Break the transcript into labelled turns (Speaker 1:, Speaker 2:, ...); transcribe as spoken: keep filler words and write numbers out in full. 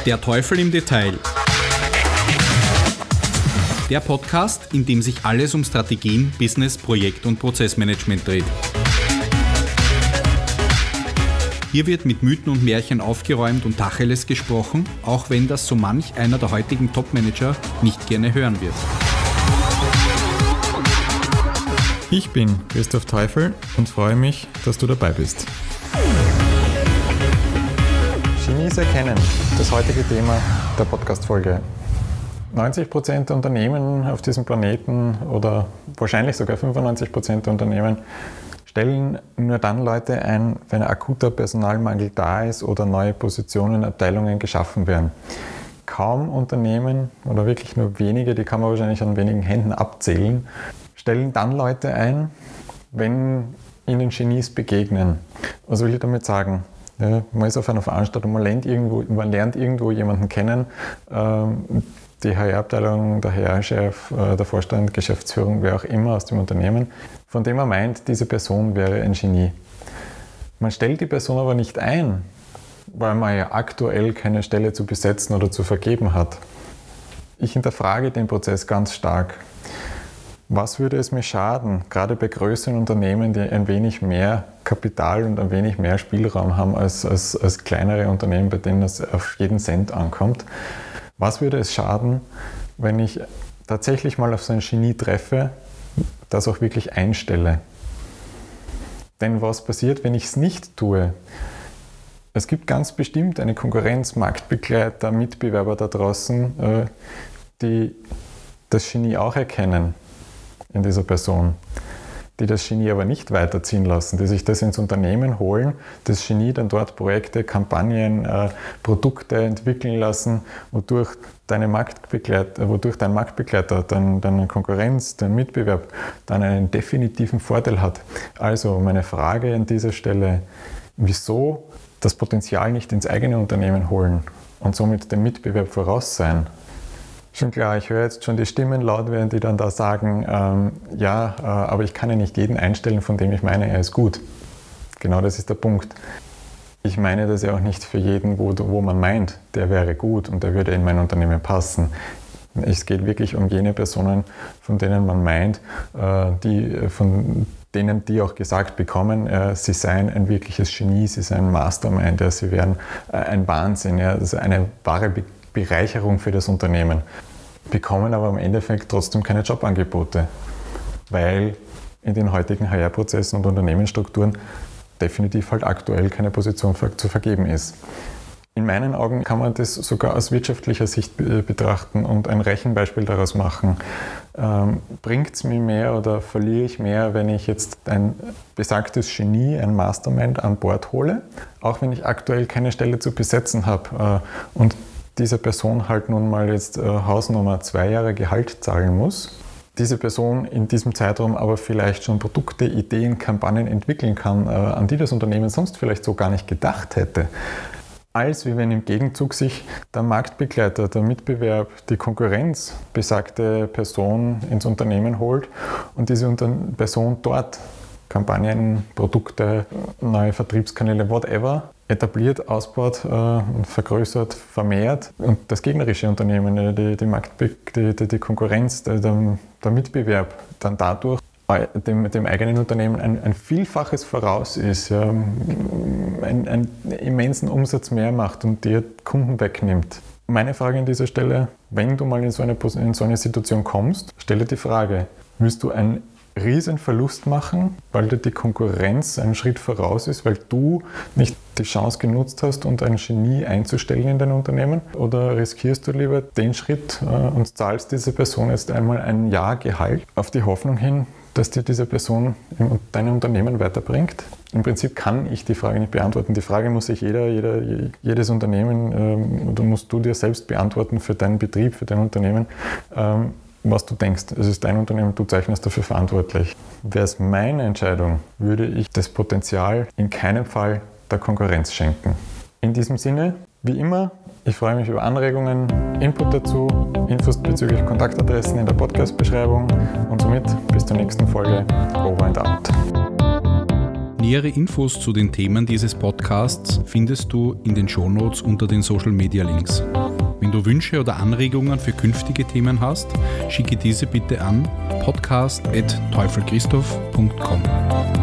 Speaker 1: Der Teufel im Detail. Der Podcast, in dem sich alles um Strategien, Business, Projekt- und Prozessmanagement dreht. Hier wird mit Mythen und Märchen aufgeräumt und Tacheles gesprochen, auch wenn das so manch einer der heutigen Top-Manager nicht gerne hören wird.
Speaker 2: Ich bin Christoph Teufel und freue mich, dass du dabei bist. Genies erkennen, das heutige Thema der Podcast-Folge. neunzig Prozent der Unternehmen auf diesem Planeten oder wahrscheinlich sogar fünfundneunzig Prozent der Unternehmen stellen nur dann Leute ein, wenn ein akuter Personalmangel da ist oder neue Positionen, Abteilungen geschaffen werden. Kaum Unternehmen oder wirklich nur wenige, die kann man wahrscheinlich an wenigen Händen abzählen, stellen dann Leute ein, wenn ihnen Genies begegnen. Was will ich damit sagen? Ja, man ist auf einer Veranstaltung, man lernt irgendwo, man lernt irgendwo jemanden kennen, ähm, die H R-Abteilung, der H R-Chef, äh, der Vorstand, Geschäftsführung, wer auch immer aus dem Unternehmen, von dem man meint, diese Person wäre ein Genie. Man stellt die Person aber nicht ein, weil man ja aktuell keine Stelle zu besetzen oder zu vergeben hat. Ich hinterfrage den Prozess ganz stark. Was würde es mir schaden, gerade bei größeren Unternehmen, die ein wenig mehr Kapital und ein wenig mehr Spielraum haben als, als, als kleinere Unternehmen, bei denen es auf jeden Cent ankommt? Was würde es schaden, wenn ich tatsächlich mal auf so ein Genie treffe, das auch wirklich einstelle? Denn was passiert, wenn ich es nicht tue? Es gibt ganz bestimmt eine Konkurrenz, Marktbegleiter, Mitbewerber da draußen, die das Genie auch erkennen in dieser Person, die das Genie aber nicht weiterziehen lassen, die sich das ins Unternehmen holen, das Genie dann dort Projekte, Kampagnen, äh, Produkte entwickeln lassen, wodurch, deine Marktbegleiter, wodurch dein Marktbegleiter, dein, deine Konkurrenz, dein Mitbewerb dann einen definitiven Vorteil hat. Also meine Frage an dieser Stelle, wieso das Potenzial nicht ins eigene Unternehmen holen und somit dem Mitbewerb voraus sein? Schon klar, ich höre jetzt schon die Stimmen laut werden, die dann da sagen, ähm, ja, äh, aber ich kann ja nicht jeden einstellen, von dem ich meine, er ist gut. Genau das ist der Punkt. Ich meine das ja auch nicht für jeden, wo, wo man meint, der wäre gut und der würde in mein Unternehmen passen. Es geht wirklich um jene Personen, von denen man meint, äh, die, von denen die auch gesagt bekommen, äh, sie seien ein wirkliches Genie, sie seien Mastermind, ja, sie wären äh, ein Wahnsinn, ja, das ist eine wahre Be- Bereicherung für das Unternehmen, bekommen aber im Endeffekt trotzdem keine Jobangebote, weil in den heutigen H R-Prozessen und Unternehmensstrukturen definitiv halt aktuell keine Position zu vergeben ist. In meinen Augen kann man das sogar aus wirtschaftlicher Sicht betrachten und ein Rechenbeispiel daraus machen. Ähm, bringt es mir mehr oder verliere ich mehr, wenn ich jetzt ein besagtes Genie, ein Mastermind an Bord hole, auch wenn ich aktuell keine Stelle zu besetzen habe äh, und diese Person halt nun mal jetzt äh, Hausnummer zwei Jahre Gehalt zahlen muss, diese Person in diesem Zeitraum aber vielleicht schon Produkte, Ideen, Kampagnen entwickeln kann, äh, an die das Unternehmen sonst vielleicht so gar nicht gedacht hätte. Als wie wenn im Gegenzug sich der Marktbegleiter, der Mitbewerb, die Konkurrenz besagte Person ins Unternehmen holt und diese Unter- Person dort Kampagnen, Produkte, neue Vertriebskanäle, whatever, etabliert, ausbaut, äh, vergrößert, vermehrt. Und das gegnerische Unternehmen, die, die, Marktbe- die, die, die Konkurrenz, der, der Mitbewerb, dann dadurch dem, dem eigenen Unternehmen ein, ein Vielfaches voraus ist, ja, einen, einen immensen Umsatz mehr macht und dir Kunden wegnimmt. Meine Frage an dieser Stelle, wenn du mal in so eine, in so eine Situation kommst, stelle die Frage, willst du ein riesen Verlust machen, weil dir die Konkurrenz einen Schritt voraus ist, weil du nicht die Chance genutzt hast, und ein Genie einzustellen in dein Unternehmen? Oder riskierst du lieber den Schritt äh, und zahlst dieser Person jetzt einmal ein Jahr Gehalt auf die Hoffnung hin, dass dir diese Person in dein Unternehmen weiterbringt? Im Prinzip kann ich die Frage nicht beantworten. Die Frage muss sich jeder, jeder jedes Unternehmen, ähm, oder musst du dir selbst beantworten für deinen Betrieb, für dein Unternehmen. Ähm, was du denkst. Es ist dein Unternehmen, du zeichnest dafür verantwortlich. Wäre es meine Entscheidung, würde ich das Potenzial in keinem Fall der Konkurrenz schenken. In diesem Sinne, wie immer, ich freue mich über Anregungen, Input dazu, Infos bezüglich Kontaktadressen in der Podcast-Beschreibung und somit bis zur nächsten Folge. Over and out.
Speaker 1: Nähere Infos zu den Themen dieses Podcasts findest du in den Shownotes unter den Social Media Links. Wenn du Wünsche oder Anregungen für künftige Themen hast, schicke diese bitte an podcast at teufelchristoph punkt com.